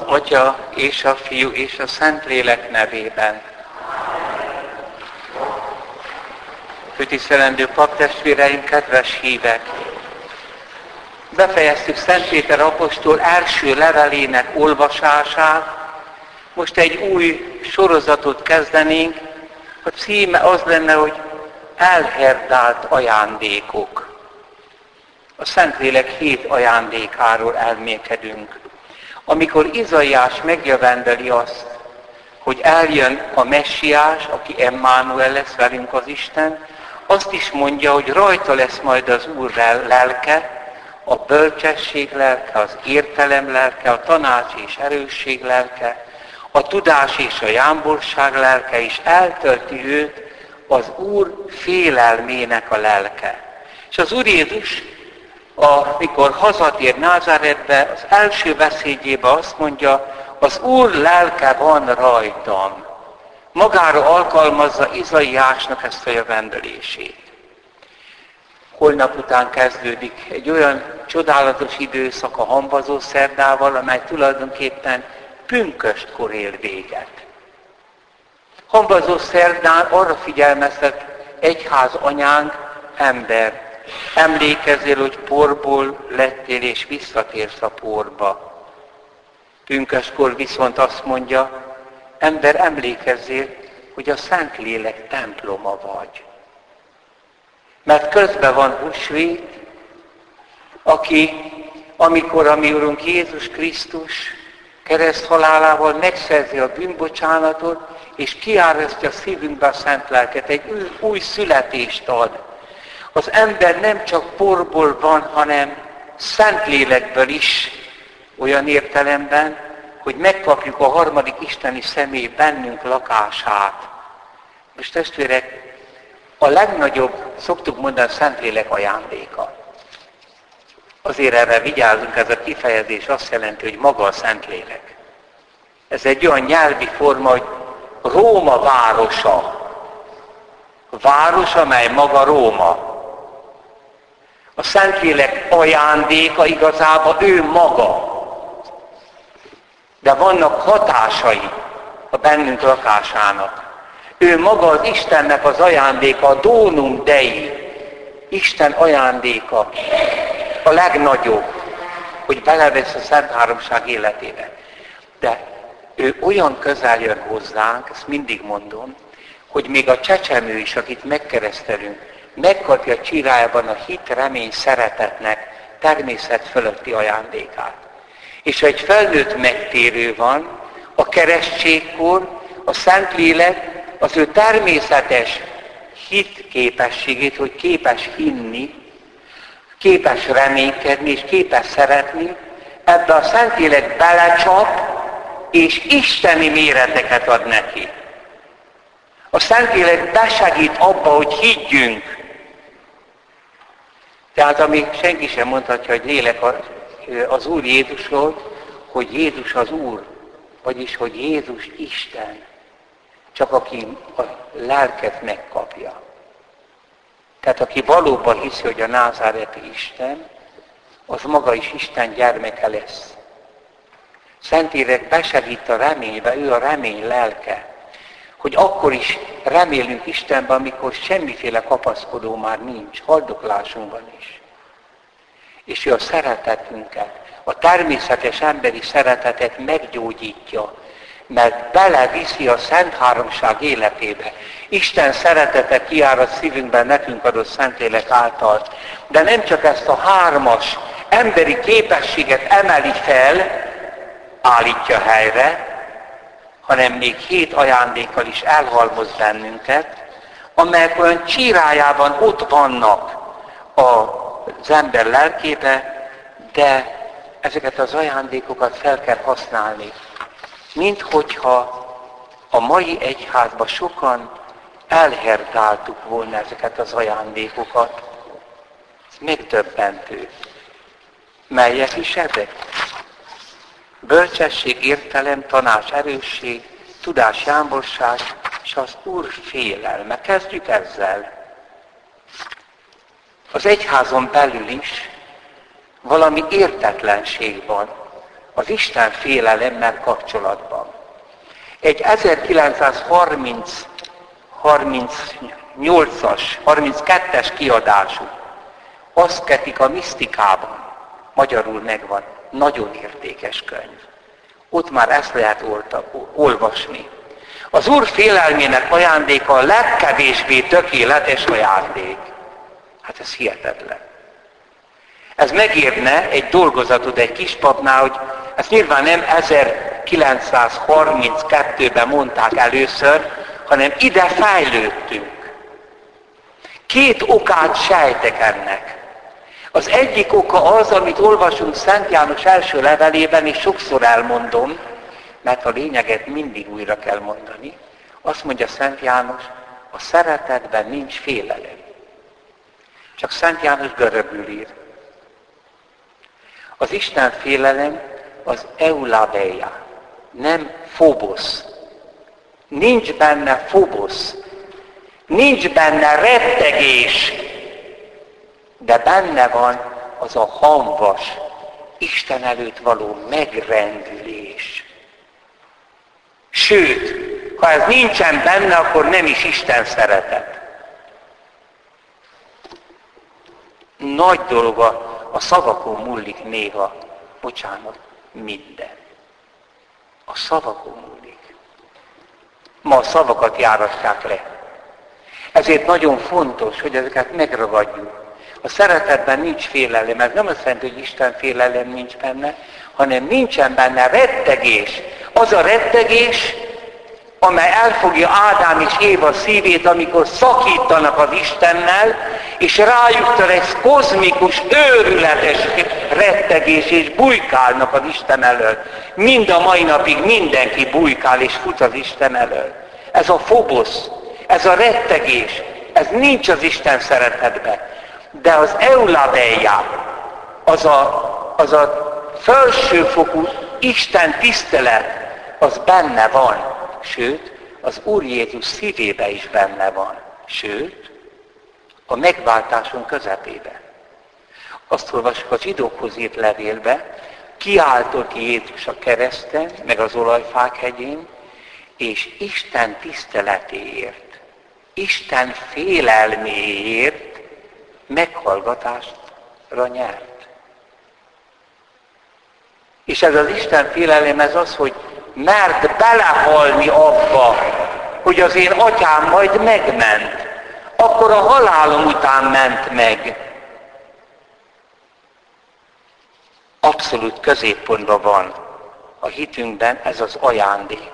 Atya és a Fiú és a Szentlélek nevében. Főtisztelendő paptestvéreim, kedves hívek! Befejeztük Szent Péter apostol első levelének olvasását. Most egy új sorozatot kezdenénk. A címe az lenne, hogy elherdált ajándékok. A Szentlélek 7 ajándékáról elmélkedünk. Amikor Izaiás megjövendeli azt, hogy eljön a Messiás, aki Emmanuel lesz, velünk az Isten, azt is mondja, hogy rajta lesz majd az Úr lelke, a bölcsesség lelke, az értelem lelke, a tanács és erősség lelke, a tudás és a jámborság lelke, és eltölti őt az Úr félelmének a lelke. És az Úr Jézus, amikor hazatér Názáretbe, az első beszédjében azt mondja, az Úr lelke van rajtam. Magára alkalmazza Izaiásnak ezt a jövendelését. Holnap után kezdődik egy olyan csodálatos időszak a Hambazó szerdával, amely tulajdonképpen pünköstkor ér véget. Hambazó szerdán arra figyelmeztet egyház anyánk, ember, emlékezzél, hogy porból lettél és visszatérsz a porba. Pünköstkor viszont azt mondja, ember, emlékezzél, hogy a Szentlélek temploma vagy. Mert közben van húsvét, amikor a mi Urunk Jézus Krisztus kereszthalálával megszerzi a bűnbocsánatot, és kiárasztja a szívünkbe a Szent Lelket, egy új születést ad. Az ember nem csak porból van, hanem Szentlélekből is, olyan értelemben, hogy megkapjuk a harmadik isteni személy bennünk lakását. Most testvérek, a legnagyobb, szoktuk mondani, Szentlélek ajándéka. Azért erre vigyázzunk, ez a kifejezés azt jelenti, hogy maga a Szentlélek. Ez egy olyan nyelvi forma, hogy Róma városa. Város, amely maga Róma. A Szentlélek ajándéka igazából ő maga. De vannak hatásai a bennünk lakásának. Ő maga az Istennek az ajándéka, a Donum Dei. Isten ajándéka. A legnagyobb, hogy belevesz a Szent Háromság életébe. De ő olyan közel jön hozzánk, ezt mindig mondom, hogy még a csecsemő is, akit megkeresztelünk, megkapja csirájában a hit, remény, szeretetnek természet fölötti ajándékát. És ha egy felnőtt megtérő van, a keresztségkor a Szentlélek az ő természetes hit képességét, hogy képes hinni, képes reménykedni és képes szeretni, ebbe a Szentlélek belecsap, és isteni méreteket ad neki. A Szentlélek besegít abba, hogy higgyünk. Tehát amíg senki sem mondhatja, hogy lélek az Úr Jézusról, hogy Jézus az Úr, vagyis hogy Jézus Isten, csak aki a lelket megkapja. Tehát aki valóban hiszi, hogy a názáreti Isten, az maga is Isten gyermeke lesz. Szentlélek besegít a reménybe, ő a remény lelke, hogy akkor is remélünk Istenben, amikor semmiféle kapaszkodó már nincs, haldoklásunkban is. És ő a szeretetünket, a természetes emberi szeretetet meggyógyítja, mert beleviszi a Szent Háromság életébe. Isten szeretete kiárad szívünkben nekünk adott Szentlélek által. De nem csak ezt a hármas emberi képességet emeli fel, állítja helyre, hanem még 7 ajándékkal is elhalmoz bennünket, amelyek olyan csírájában ott vannak az ember lelkébe, de ezeket az ajándékokat fel kell használni. Mint hogyha a mai egyházban sokan elherdáltuk volna ezeket az ajándékokat. Ez megdöbbentő. Melyek is ezek? Bölcsesség, értelem, tanács, erősség, tudás, jámborság, és az Úr félelme. Kezdjük ezzel. Az egyházon belül is valami értetlenség van. az Isten félelemmel kapcsolatban. Egy 1938-as kiadású Aszketika misztikában, magyarul megvan, nagyon értékes könyv. Ott már ezt lehet olvasni. Az Úr félelmének ajándéka a legkevésbé tökéletes ajándék. Hát ez hihetetlen. Ez megérne egy dolgozatot egy kispapnál, hogy ezt nyilván nem 1932-ben mondták először, hanem ide fejlődtünk. Két okát sejtek ennek. Az egyik oka az, amit olvasunk Szent János első levelében, és sokszor elmondom, mert a lényeget mindig újra kell mondani. Azt mondja Szent János, a szeretetben nincs félelem. Csak Szent János görögül ír. Az Isten félelem az eulabeia, nem fobosz. Nincs benne fobosz. Nincs benne rettegés, de benne van az a hamvas, Isten előtt való megrendülés. Sőt, ha ez nincsen benne, akkor nem is Isten szeretet. Nagy dolog a szavakon múlik néha, bocsánat, minden. A szavakon múlik. Ma a szavakat járatják le. Ezért nagyon fontos, hogy ezeket megragadjuk. A szeretetben nincs félelem, ez nem azt jelenti, hogy Isten félelem nincs benne, hanem nincsen benne rettegés. Az a rettegés, amely elfogja Ádám és Éva szívét, amikor szakítanak az Istennel, és rájuk tör egy kozmikus, őrületes rettegés, és bujkálnak az Isten elől. Mind a mai napig mindenki bujkál és fut az Isten elől. Ez a fobosz, ez a rettegés, ez nincs az Isten szeretetben. De az eulabeia, az a felsőfokú Isten tisztelet, az benne van. Sőt, az Úr Jézus szívébe is benne van. Sőt, a megváltásunk közepében. Azt olvassuk a zsidókhoz írt levélbe, kiáltott Jézus a kereszten, meg az olajfák hegyén, és Isten tiszteletéért, Isten félelméért meghallgatásra nyert. És ez az Isten félelem, ez az, hogy mert belehalni abba, hogy az én atyám majd megment. Akkor a halálom után ment meg. Abszolút középpontban van a hitünkben ez az ajándék.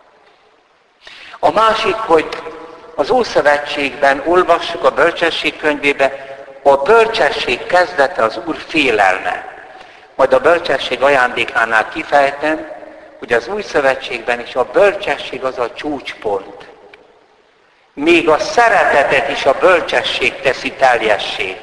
A másik, hogy az Ószövetségben olvassuk a bölcsesség könyvébe, a bölcsesség kezdete az Úr félelme. Majd a bölcsesség ajándékánál kifejtem, hogy az Új Szövetségben is a bölcsesség az a csúcspont. Még a szeretetet is a bölcsesség teszi teljessé.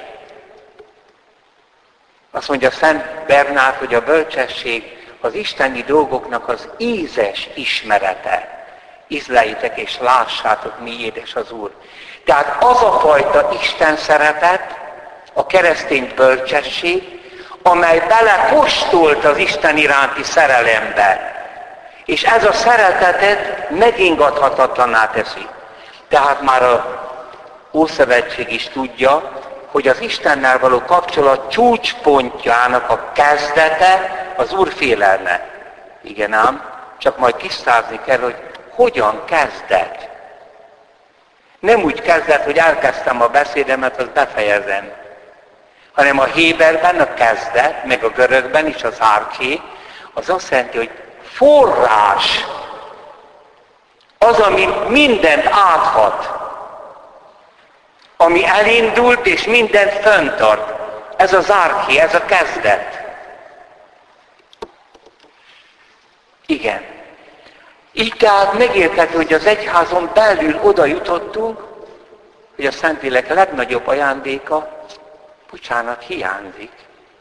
Azt mondja Szent Bernát, hogy a bölcsesség az isteni dolgoknak az ízes ismerete. Ízleljétek és lássátok, mi édes az Úr. Tehát az a fajta Isten szeretet, a keresztény bölcsesség, amely belekóstolt az Isten iránti szerelembe. És ez a szeretetet megingathatatlanná teszi. Tehát már a Ószövetség is tudja, hogy az Istennel való kapcsolat csúcspontjának a kezdete az Úr félelme. Igen ám, csak majd tisztázni kell, hogy hogyan kezdett. Nem úgy kezdett, hogy elkezdtem a beszédemet, azt befejezem. Hanem a héberben a kezdet, meg a görögben is az árché, az azt jelenti, hogy forrás. Az, ami mindent áthat. Ami elindult és mindent föntart. Ez az árché, ez a kezdet. Igen. Így tehát megérthető, hogy az egyházon belül oda jutottunk, hogy a Szentlélek legnagyobb ajándéka, bocsánat, hiányzik.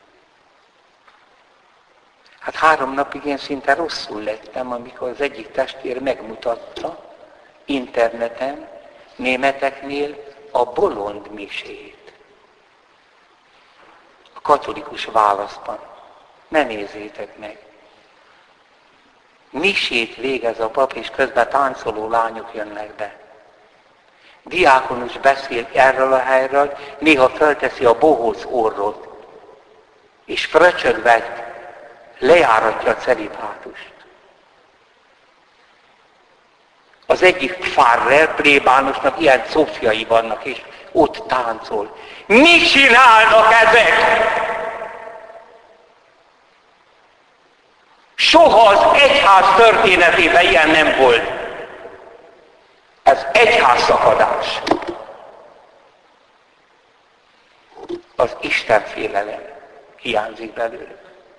Hát 3 napig én szinte rosszul lettem, amikor az egyik testvér megmutatta interneten, németeknél a bolond misét. A katolikus válaszban. Ne nézzétek meg. Misét végez a pap, és közben táncoló lányok jönnek be. Diákonus beszél erről a helyről, néha fölteszi a bohóc orrot, és fröcsögve lejáratja a celibátust. Az egyik Farrer plébánosnak ilyen cofjai vannak, és ott táncol. Mit csinálnak ezek? Soha az egyház történetében ilyen nem volt. Ez egyházszakadás. Az istenfélelem hiányzik belőle.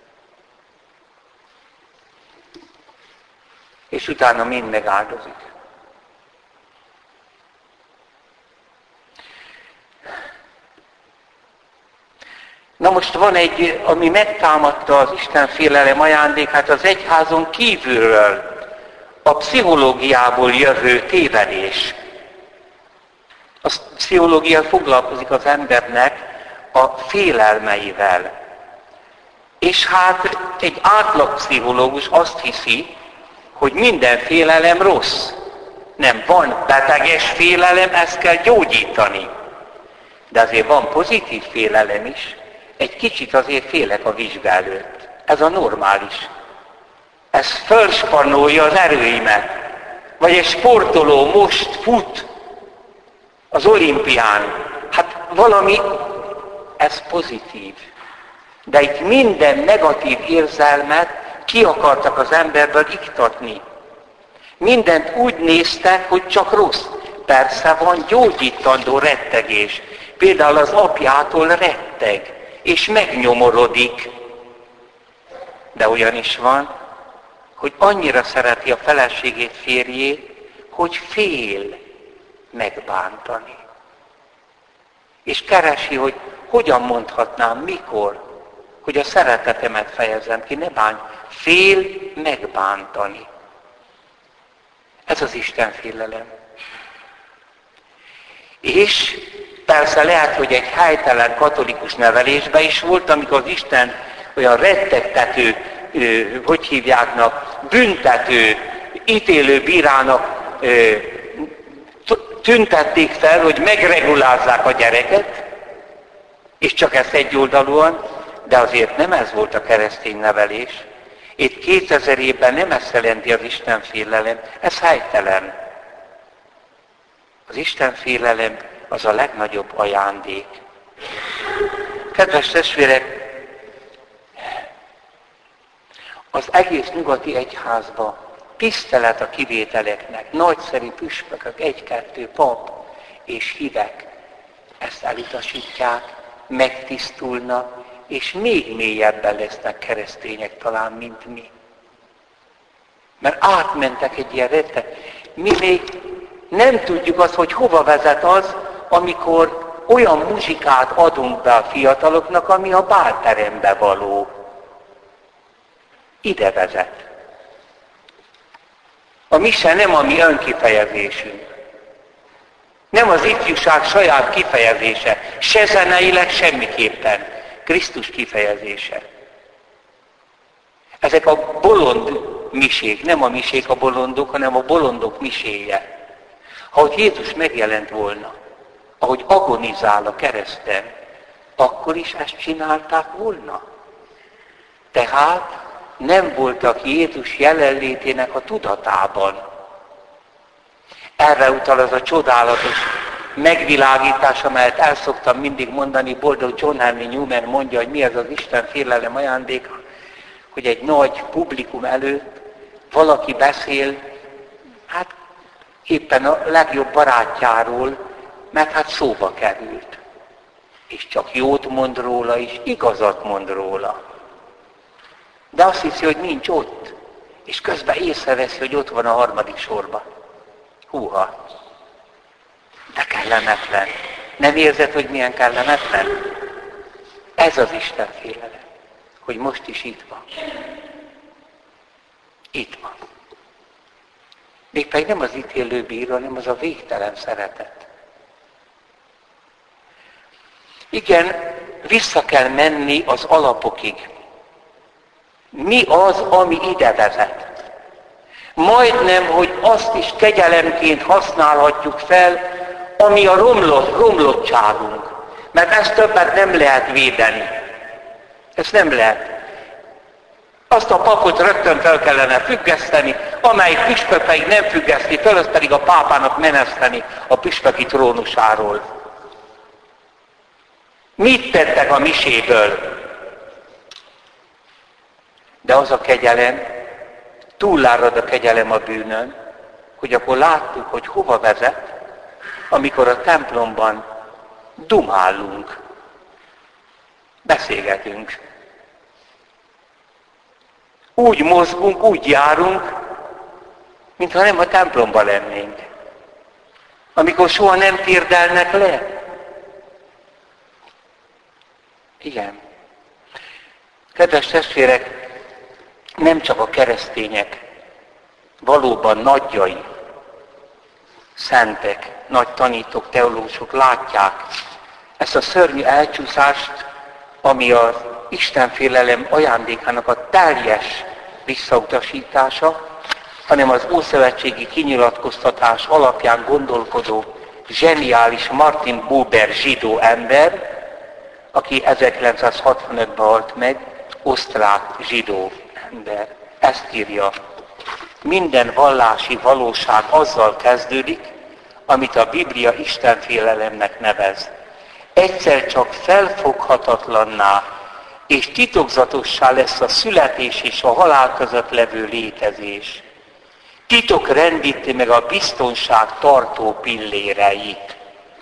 És utána mind megáldozik. Na most van egy, ami megtámadta az istenfélelem ajándékát az egyházon kívülről, a pszichológiából jövő tévedés. A pszichológia foglalkozik az embernek a félelmeivel. És hát egy átlag pszichológus azt hiszi, hogy minden félelem rossz. Nem, van beteges félelem, ezt kell gyógyítani. De azért van pozitív félelem is. Egy kicsit azért félek a vizsga előtt. Ez a normális. Ez fölspannolja az erőimet. Vagy egy sportoló most fut az olimpián. Hát valami, ez pozitív. De itt minden negatív érzelmet ki akartak az emberből iktatni. Mindent úgy néztek, hogy csak rossz. Persze van gyógyítandó rettegés. Például az apjától retteg, és megnyomorodik. De olyan is van, hogy annyira szereti a feleségét, férjét, hogy fél megbántani. És keresi, hogy hogyan mondhatnám, mikor, hogy a szeretetemet fejezem ki, ne bánj, fél megbántani. Ez az istenfélelem. És persze lehet, hogy egy helytelen katolikus nevelésben is volt, amikor az Isten olyan rettegtető, hogy hívjáknak, büntető, ítélő bírának tüntették fel, hogy megregulázzák a gyereket, és csak ezt egyoldalúan, de azért nem ez volt a keresztény nevelés. Itt 2000 évben nem ezt jelenti az istenfélelem, ez helytelen. Az istenfélelem az a legnagyobb ajándék. Kedves testvérek, az egész nyugati egyházban tisztelet a kivételeknek, nagyszerű püspökök, egy-kettő pap és hívek ezt elutasítják, megtisztulnak, és még mélyebben lesznek keresztények talán, mint mi. Mert átmentek egy ilyen rettet. Mi még nem tudjuk azt, hogy hova vezet az, amikor olyan muzsikát adunk be a fiataloknak, ami a bálterembe való. Ide vezet. A mise nem a mi önkifejezésünk. Nem az ifjúság saját kifejezése. Se zeneileg semmiképpen. Krisztus kifejezése. Ezek a bolond misék, nem a misék a bolondok, hanem a bolondok miséje. Ha ott Jézus megjelent volna, ahogy agonizál a kereszten, akkor is ezt csinálták volna. Tehát nem voltak Jézus jelenlétének a tudatában. Erre utal az a csodálatos megvilágítás, amelyet el szoktam mindig mondani, boldog John Henry Newman mondja, hogy mi ez az Isten félelem ajándéka, hogy egy nagy publikum előtt valaki beszél, hát éppen a legjobb barátjáról, mert hát szóba került. És csak jót mond róla, és igazat mond róla. De azt hiszi, hogy nincs ott. És közben észreveszi, hogy ott van a harmadik sorban. Húha! De kellemetlen. Nem érzed, hogy milyen kellemetlen? Ez az Isten félelem, hogy most is itt van. Itt van. Mégpedig nem az ítélő bíró, hanem az a végtelen szeretet. Igen, vissza kell menni az alapokig. Mi az, ami ide vezet? Majdnem, hogy azt is kegyelemként használhatjuk fel, ami a romlottságunk. Mert ezt többet nem lehet védeni. Ezt nem lehet. Azt a papot rögtön fel kellene függeszteni, amelyik püspök pedig nem függeszti fel, az pedig a pápának meneszteni a püspöki trónusáról. Mit tettek a miséből? De az a kegyelem, túllárad a kegyelem a bűnön, hogy akkor láttuk, hogy hova vezet, amikor a templomban dumálunk, beszélgetünk. Úgy mozgunk, úgy járunk, mintha nem a templomban lennénk. Amikor soha nem térdelnek le. Igen. Kedves testvérek, nem csak a keresztények valóban nagyjai, szentek, nagy tanítók, teológusok látják ezt a szörnyű elcsúszást, ami az Istenfélelem ajándékának a teljes visszautasítása, hanem az ószövetségi kinyilatkoztatás alapján gondolkodó, zseniális Martin Buber zsidó ember, aki 1965-ben halt meg, osztrák zsidó ember. Ezt írja. Minden vallási valóság azzal kezdődik, amit a Biblia istenfélelemnek nevez. Egyszer csak felfoghatatlanná és titokzatossá lesz a születés és a halál között levő létezés. Titok rendíti meg a biztonság tartó pilléreit.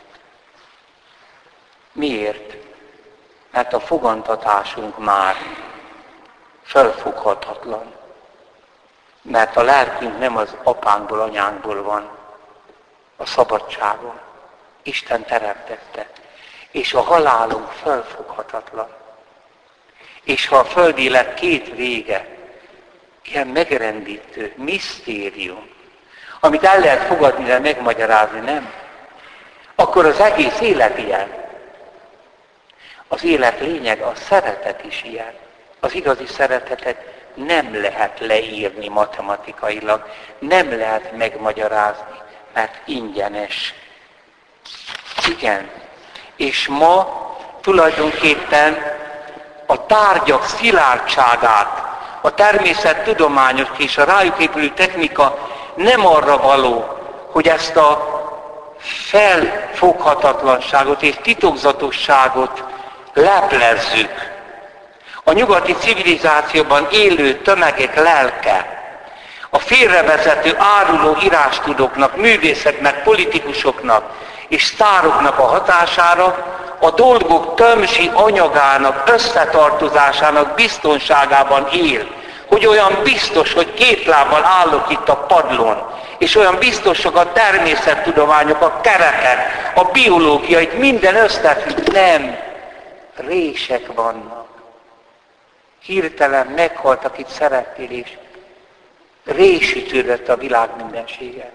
Miért? Mert a fogantatásunk már felfoghatatlan. Mert a lelkünk nem az apánkból, anyánkból van, a szabadságon. Isten teremtette. És a halálunk felfoghatatlan. És ha a földi élet két vége, ilyen megrendítő, misztérium, amit el lehet fogadni, de megmagyarázni nem, akkor az egész élet ilyen. Az élet lényeg, a szeretet is ilyen. Az igazi szeretetet nem lehet leírni matematikailag, nem lehet megmagyarázni, mert ingyenes. Igen. És ma tulajdonképpen a tárgyak szilárdságát, a természettudományos és a rájuk épülő technika nem arra való, hogy ezt a felfoghatatlanságot és titokzatosságot leplezzük. A nyugati civilizációban élő tömegek lelke, a félrevezető, áruló írástudóknak, művészeknek, politikusoknak és sztároknak a hatására a dolgok tömzsi anyagának, összetartozásának biztonságában él. Hogy olyan biztos, hogy két lábbal állok itt a padlón, és olyan biztosak a természettudományok, a kerekek, a biológia, itt minden összefügg. Nem. Rések vannak. Hirtelen meghalt, akit szerettél, és résütődött a világ mindensége.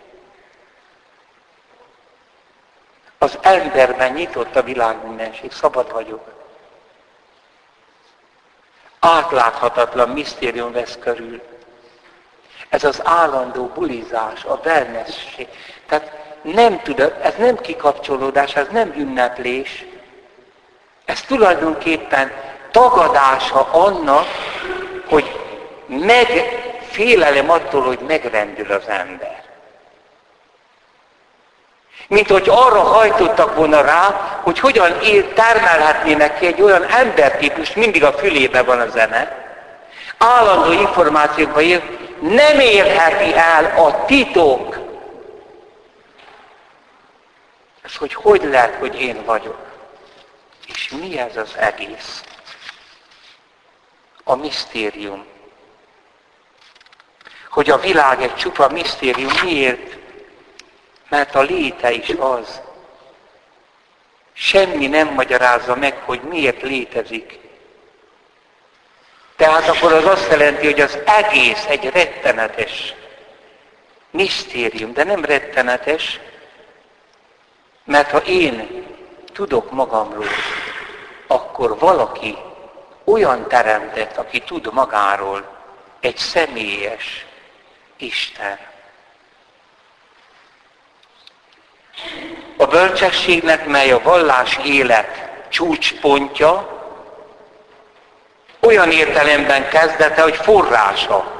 Az emberben nyitott a világ mindenség, szabad vagyok. Átláthatatlan misztérium vesz körül. Ez az állandó bulizás, a wellness-ség. Tehát nem tudod, ez nem kikapcsolódás, ez nem ünneplés. Ez tulajdonképpen tagadása annak, hogy félelem attól, hogy megrendül az ember. Mint hogy arra hajtottak volna rá, hogy hogyan termelhetnének ki egy olyan embertípus, mindig a fülébe van a zene, állandó információkba él, nem érheti el a titok. Ez, hogy lehet, hogy én vagyok. És mi ez az egész? A misztérium. Hogy a világ egy csupa misztérium. Miért? Mert a léte is az. Semmi nem magyarázza meg, hogy miért létezik. Tehát akkor az azt jelenti, hogy az egész egy rettenetes misztérium, de nem rettenetes, mert ha én tudok magamról, akkor valaki olyan teremtett, aki tud magáról, egy személyes, Isten. A bölcsességnek, mely a vallás élet csúcspontja, olyan értelemben kezdete, hogy forrása.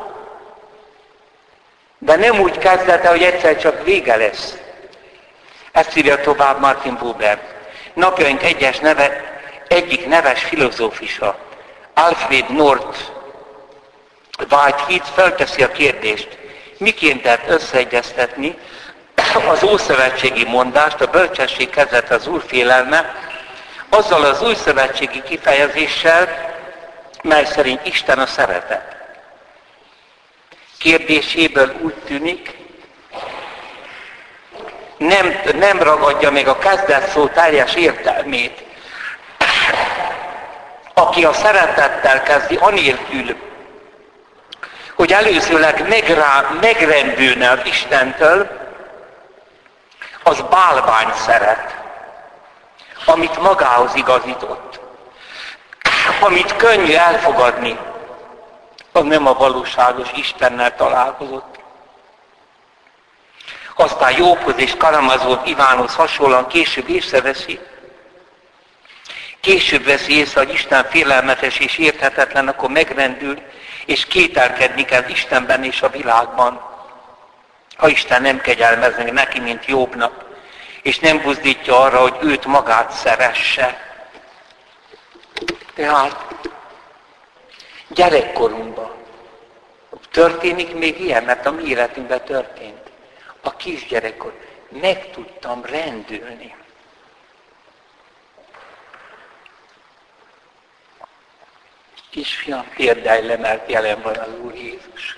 De nem úgy kezdete, hogy egyszer csak vége lesz. Ezt írja tovább Martin Buber. Napjaink egyik neves filozófusa, Alfred North Whitehead felteszi a kérdést, miként lehet összeegyeztetni az ószövetségi mondást, a bölcsesség kezdete az Úr félelme, azzal az újszövetségi kifejezéssel, mely szerint Isten a szeretet. Kérdéséből úgy tűnik, nem ragadja meg a kezdet szó teljes értelmét. Aki a szeretettel kezdi, anélkül, hogy előzőleg megrendülne az Istentől, az bálvány szeret, amit magához igazított, amit könnyű elfogadni, az nem a valóságos Istennel találkozott. Aztán Jóbhoz és Karamazov Ivánhoz hasonlóan később veszi észre, hogy Isten félelmetes és érthetetlen, akkor megrendül, és kételkedni kell Istenben és a világban. Ha Isten nem kegyelmez meg neki, mint Jóbnak, és nem buzdítja arra, hogy őt magát szeresse. Tehát gyerekkorunkban történik még ilyen, mert a mi életünkben történt. A kisgyerekkor meg tudtam rendülni. Kisfiam, térdelj le, mert jelen van az Úr Jézus.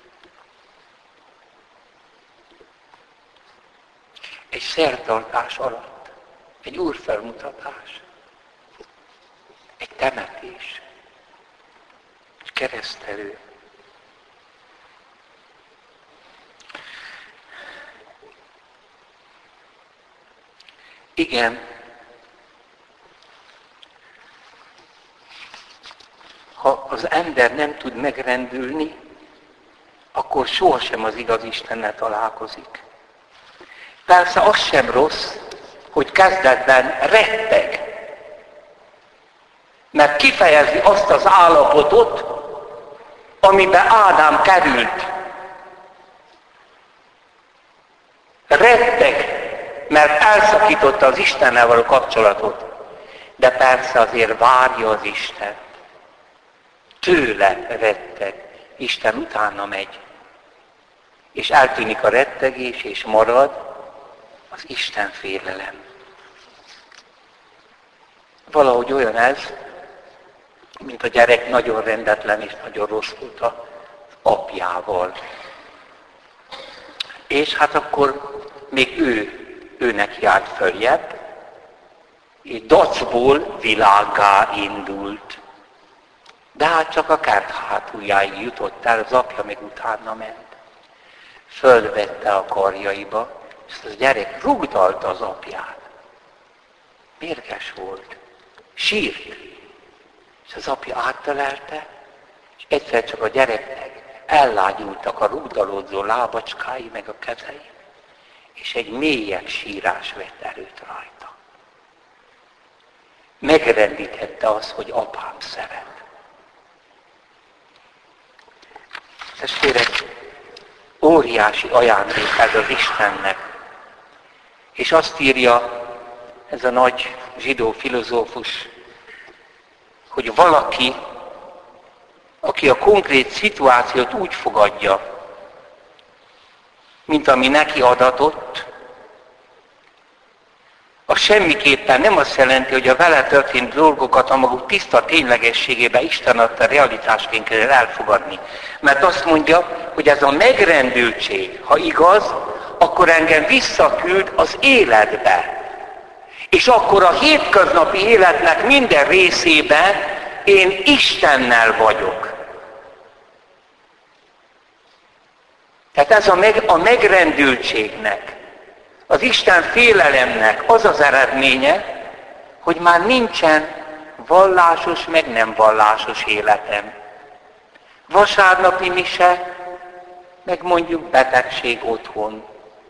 Egy szertartás alatt, egy úrfelmutatás, egy temetés, egy keresztelő. Igen, ha az ember nem tud megrendülni, akkor sohasem az igaz Istennel találkozik. Persze az sem rossz, hogy kezdetben retteg, mert kifejezi azt az állapotot, amiben Ádám került. Retteg, mert elszakította az Istennel való kapcsolatot, de persze azért várja az Istent. Tőle retteg, Isten utána megy. És eltűnik a rettegés, és marad az Isten félelem. Valahogy olyan ez, mint a gyerek nagyon rendetlen és nagyon rossz volt az apjával. És hát akkor még őnek járt följebb, és dacból világgá indult. De hát csak a kert hátuljáig jutott el, az apja meg utána ment. Fölvette a karjaiba, és az gyerek rugdalta az apját. Mérges volt. Sírt. És az apja áttelelte, és egyszer csak a gyereknek ellágyultak a rugdalódzó lábacskái meg a kezei, és egy mélyebb sírás vett erőt rajta. Megrendítette azt, hogy apám szeret. Testvérek, óriási ajándék ez az Istennek. És azt írja ez a nagy zsidó filozófus, hogy valaki, aki a konkrét szituációt úgy fogadja, mint ami neki adatott, az semmiképpen nem azt jelenti, hogy a vele történt dolgokat a maguk tiszta ténylegességében Isten adta realitásként kell elfogadni. Mert azt mondja, hogy ez a megrendültség, ha igaz, akkor engem visszaküld az életbe. És akkor a hétköznapi életnek minden részében én Istennel vagyok. Tehát ez a megrendültségnek, az Isten félelemnek az az eredménye, hogy már nincsen vallásos, meg nem vallásos életem. Vasárnapi mise, meg mondjuk betegség otthon,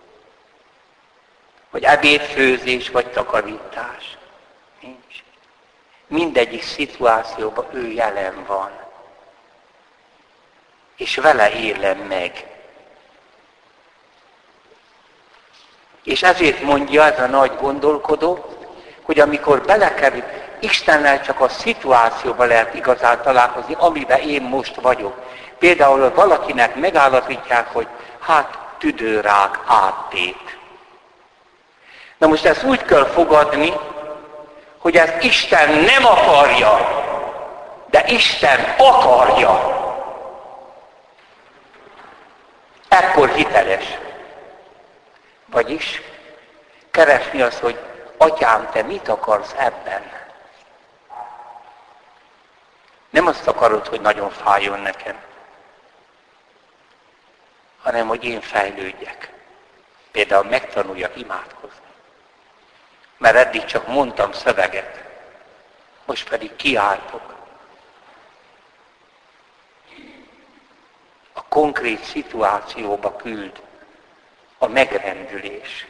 vagy ebédfőzés, vagy takarítás. Nincs. Mindegyik szituációban ő jelen van. És vele élem meg. És ezért mondja ez a nagy gondolkodó, hogy amikor belekerül, Istennel csak a szituációban lehet igazán találkozni, amiben én most vagyok. Például valakinek megállapítják, hogy hát tüdőrák áttét. Na most ezt úgy kell fogadni, hogy ezt Isten nem akarja, de Isten akarja. Ekkor hiteles. Vagyis keresni azt, hogy Atyám, te mit akarsz ebben? Nem azt akarod, hogy nagyon fájjon nekem, hanem hogy én fejlődjek. Például megtanuljak imádkozni. Mert eddig csak mondtam szöveget, most pedig kiáltok. A konkrét szituációba küld a megrendülés.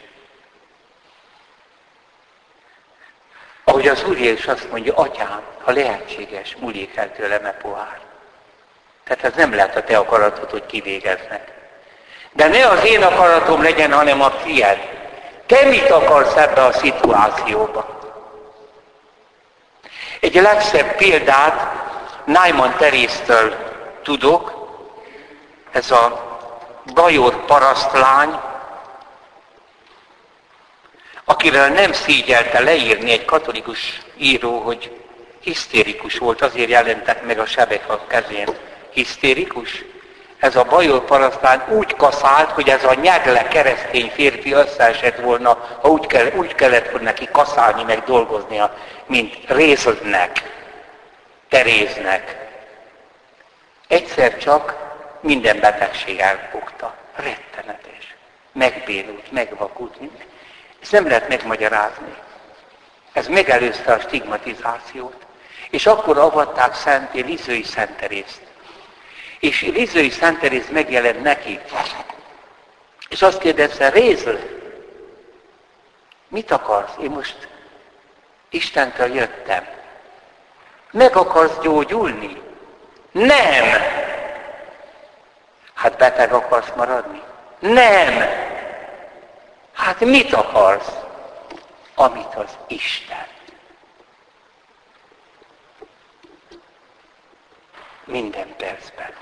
Ahogy az Úr Jézus azt mondja, Atyám, ha lehetséges, múljék el tőlem e pohár. Tehát ez nem lehet a te akaratod, hogy kivégeznek. De ne az én akaratom legyen, hanem a tiéd. Te mit akarsz ebbe a szituációba? Egy legszebb példát Nájman Teréztől tudok, ez a bajor parasztlány, akivel nem szégyelte leírni egy katolikus író, hogy hisztérikus volt, azért jelentek meg a sebek a kezén. Hisztérikus? Ez a bajor parasztlány úgy kaszált, hogy ez a nyegle keresztény férfi összeesett volna, ha úgy kellett volna neki kaszálni, meg dolgoznia, mint Rézlnek, Teréznek. Egyszer csak minden betegség elfogta. Rettenetes. Megbénult, megvakult. Ezt nem lehet megmagyarázni. Ez megelőzte a stigmatizációt. És akkor avatták szenté Lizői Szent Terészt. És Lizői Szent Teréz megjelent neki. És azt kérdezte, Rézl, mit akarsz? Én most Istentől jöttem. Meg akarsz gyógyulni? Nem! Hát beteg akarsz maradni? Nem! Hát mit akarsz? Amit az Isten. Minden percben.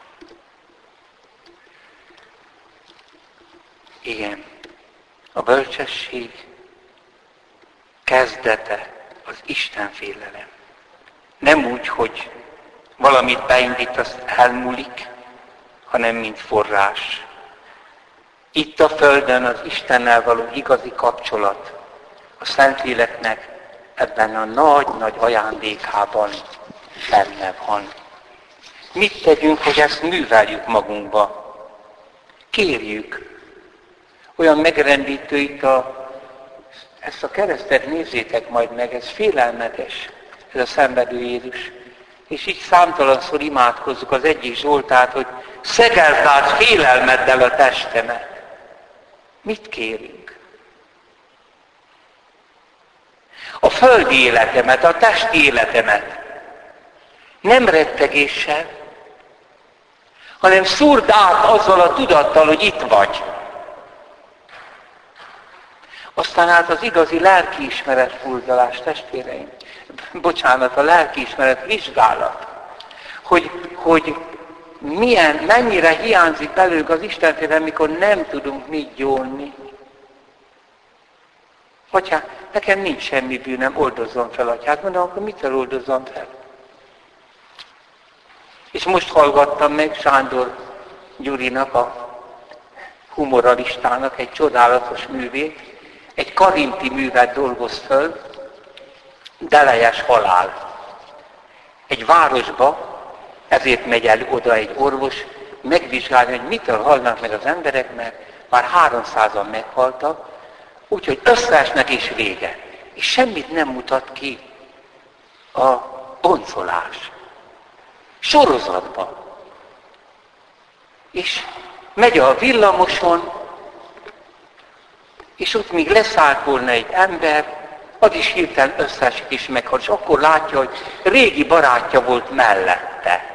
Igen, a bölcsesség kezdete az Isten félelem. Nem úgy, hogy valamit beindítasz, elmúlik, hanem mint forrás. Itt a Földön az Istennel való igazi kapcsolat, a Szentléleknek ebben a nagy-nagy ajándékában benne van. Mit tegyünk, hogy ezt műveljük magunkba? Kérjük. Olyan megrendítő itt ezt a keresztet nézzétek majd meg, ez félelmetes, ez a szenvedő Jézus. És így számtalanszor imádkozzuk az egyik Zsoltát, hogy szegeld át félelmeddel a testemet. Mit kérünk? A földi életemet, a testi életemet nem rettegéssel, hanem szúrd át azzal a tudattal, hogy itt vagy. Aztán hát az igazi lelkiismeret furdalás, testvéreim. Bocsánat, a lelkiismeret vizsgálat. Hogy mennyire hiányzik belőlük az Istentére, mikor nem tudunk mit gyónni. Atyám, nekem nincs semmi bűnöm, oldozzon fel, Atyám. Mondom, akkor mitől oldozzon fel? És most hallgattam meg Sándor Gyurinak, a humoralistának egy csodálatos művét, egy karinti művet dolgoz föl, Delejes halál. Egy városba, ezért megy el oda egy orvos, megvizsgálni, hogy mitől halnak meg az emberek, mert már 300-an meghaltak, úgyhogy összeesnek és vége. És semmit nem mutat ki a boncolás. Sorozatban. És megy a villamoson, és ott még leszállt volna egy ember, az is hirtelen összeesik és meghal, és akkor látja, hogy régi barátja volt mellette.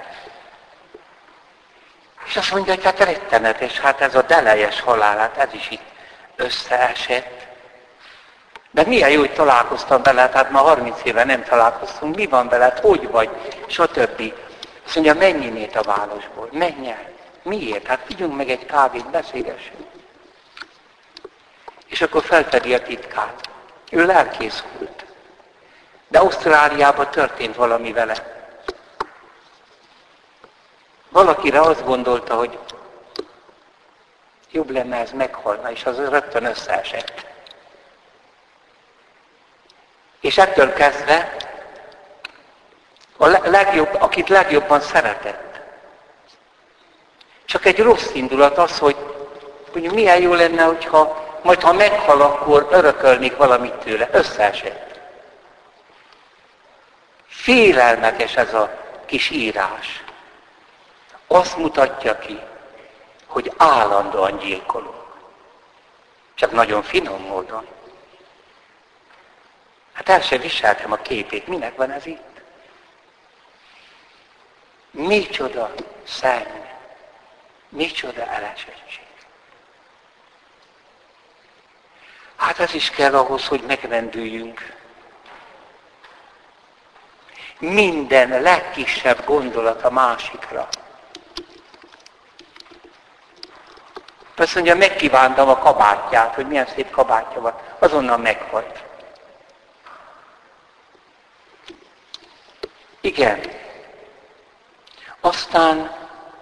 És azt mondja, hogy hát rettenetes, hát ez a delejes halál, hát ez is itt összeesett. De milyen jó, hogy találkoztam veled, hát ma 30 éve nem találkoztunk, mi van veled, hogy vagy, stb. Azt mondja, menj innét a városból, menj el. Miért? Hát vigyünk meg egy kávét, beszélgessünk. És akkor felfedi a titkát. Ő lelkész volt. De Ausztráliában történt valami vele. Valakire azt gondolta, hogy jobb lenne ez meghalna, és az rögtön összeesett. És ettől kezdve akit legjobban szeretett. Csak egy rossz indulat az, hogy milyen jó lenne, hogyha majd ha meghal, akkor örökölnék valamit tőle. Összeesett. Félelmetes ez a kis írás. Azt mutatja ki, hogy állandóan gyilkolunk. Csak nagyon finom módon. Hát el sem viseltem a képét. Minek van ez itt? Micsoda szenny. Micsoda elesettség. Hát ez is kell ahhoz, hogy megrendüljünk. Minden legkisebb gondolat a másikra. Azt mondja, megkívántam a kabátját, hogy milyen szép kabátja van. Azonnal meghalt. Igen. Aztán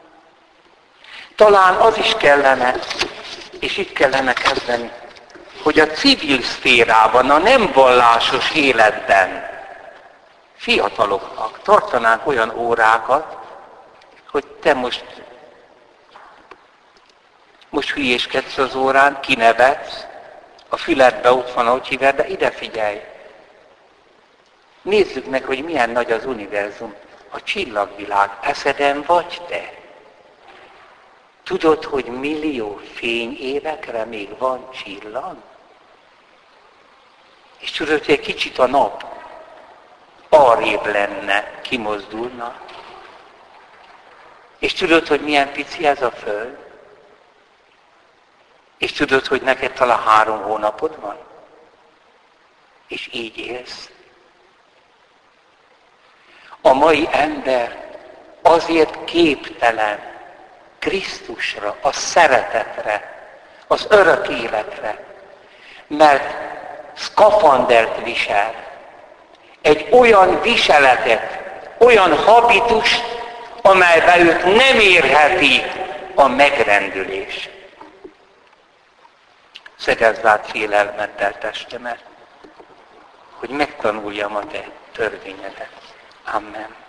talán az is kellene, és itt kellene kezdeni, hogy a civil szférában, a nem vallásos életben fiataloknak tartanánk olyan órákat, hogy te most hülyéskedsz az órán, kinevetsz, a füledbe ott van, ahogy híved, de ide figyelj! Nézzük meg, hogy milyen nagy az univerzum, a csillagvilág. Eszeden vagy te? Tudod, hogy millió fényévekre még van csillag? És tudod, hogy egy kicsit a nap arrébb lenne, kimozdulna? És tudod, hogy milyen pici ez a föld? És tudod, hogy neked talán 3 hónapod van? És így élsz? A mai ember azért képtelen Krisztusra, a szeretetre, az örök életre, mert szkafandert visel, egy olyan viseletet, olyan habitust, amelyben őt nem érheti a megrendülés. Szegezd át félelmeddel testemet, hogy megtanuljam a te törvényedet. Amen.